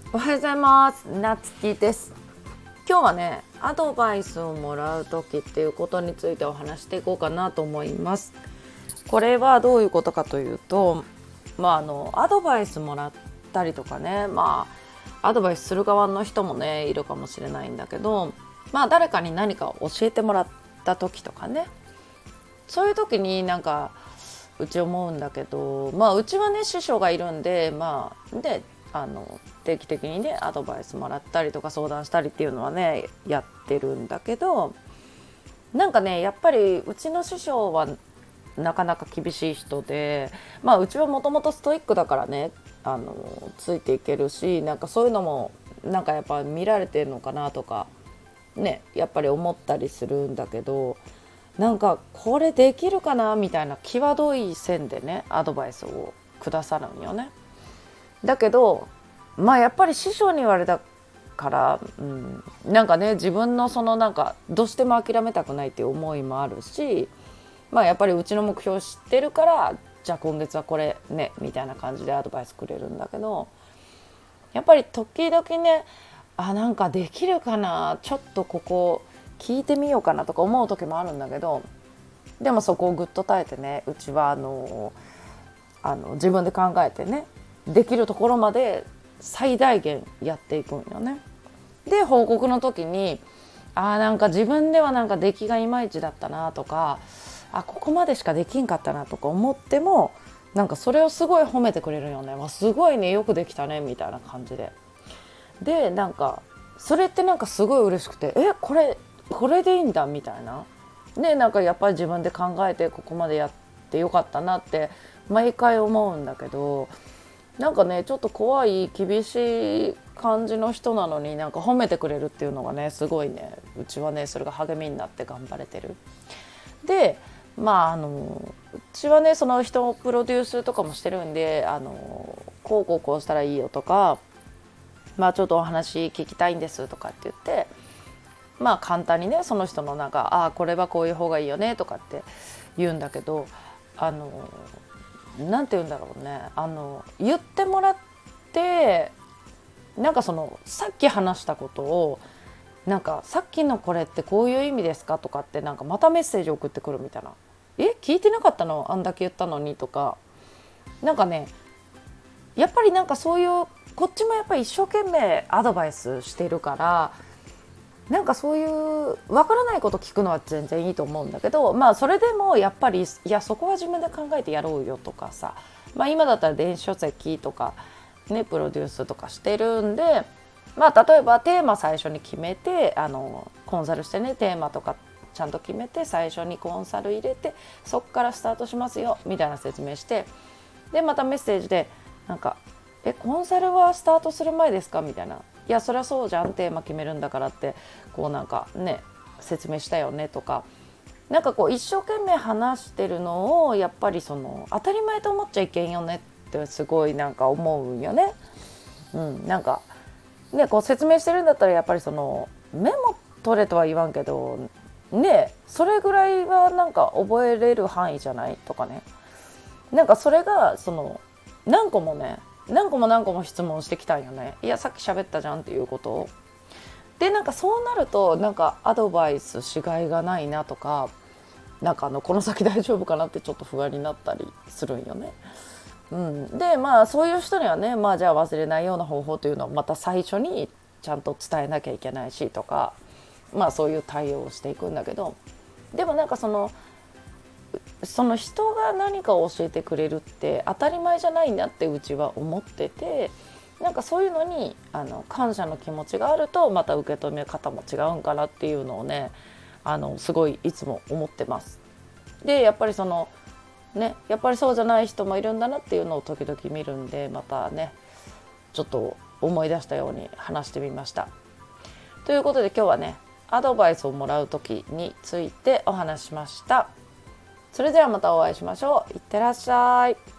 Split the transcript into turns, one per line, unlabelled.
おはようございます。なつきです。今日はね、アドバイスをもらう時っていうことについてお話していこうかなと思います。これはどういうことかというと、アドバイスもらったりとかね、アドバイスする側の人もねいるかもしれないんだけど、誰かに何か教えてもらった時とかね、そういう時にうち思うんだけど、うちはね師匠がいるんで、定期的にねアドバイスもらったりとか相談したりっていうのはねやってるんだけど、やっぱりうちの師匠はなかなか厳しい人で、うちはもともとストイックだからね、ついていけるし、そういうのもやっぱ見られてるのかなとかね、やっぱり思ったりするんだけど、これできるかなみたいな際どい線でねアドバイスをくださるんよね。だけどやっぱり師匠に言われたから、自分のどうしても諦めたくないっていう思いもあるし、やっぱりうちの目標を知ってるから、じゃあ今月はこれねみたいな感じでアドバイスくれるんだけど、やっぱり時々ね、できるかな、ちょっとここ聞いてみようかなとか思う時もあるんだけど、でもそこをぐっと耐えてね、うちは自分で考えてね、できるところまで最大限やっていくんよね。で報告の時に自分では出来がいまいちだったなとか、ここまでしかできんかったなとか思っても、それをすごい褒めてくれるよね。すごいね、よくできたねみたいな感じで。でそれってすごい嬉しくて、これでいいんだみたいな。でやっぱり自分で考えてここまでやってよかったなって毎回思うんだけど、ちょっと怖い厳しい感じの人なのに褒めてくれるっていうのがね、すごいね、うちはねそれが励みになって頑張れてる。でうちはねその人をプロデュースとかもしてるんで、こうしたらいいよとか、ちょっとお話聞きたいんですとかって言って、簡単にねその人のこれはこういう方がいいよねとかって言うんだけど、なんて言うんだろうね、言ってもらって、さっき話したことをさっきのこれってこういう意味ですかとかってまたメッセージ送ってくるみたいな。聞いてなかったの、あんだけ言ったのにとか、やっぱりそういう、こっちもやっぱり一生懸命アドバイスしてるから、そういう分からないこと聞くのは全然いいと思うんだけど、それでもやっぱりそこは自分で考えてやろうよとかさ、今だったら電子書籍とかねプロデュースとかしてるんで、例えばテーマ最初に決めて、コンサルしてね、テーマとかちゃんと決めて最初にコンサル入れて、そこからスタートしますよみたいな説明して、でまたメッセージでコンサルはスタートする前ですかみたいな、いやそりゃそうじゃん、テーマ決めるんだからって説明したよねとか、一生懸命話してるのをやっぱり当たり前と思っちゃいけんよねってすごい思うんよね。説明してるんだったらやっぱりメモ取れとは言わんけどね、それぐらいは覚えれる範囲じゃないとかね。それが何個も質問してきたんよね。いやさっき喋ったじゃんっていうことを。でそうなるとアドバイスしがいがないなとか、この先大丈夫かなってちょっと不安になったりするんよね。でそういう人にはね、じゃあ忘れないような方法というのをまた最初にちゃんと伝えなきゃいけないしとか、そういう対応をしていくんだけど、でもその人が何かを教えてくれるって当たり前じゃないなってうちは思ってて、そういうのに感謝の気持ちがあるとまた受け止め方も違うんかなっていうのをね、すごいいつも思ってます。でやっぱりやっぱりそうじゃない人もいるんだなっていうのを時々見るんで、またねちょっと思い出したように話してみました。ということで今日はねアドバイスをもらう時についてお話ししました。それではまたお会いしましょう。いってらっしゃい。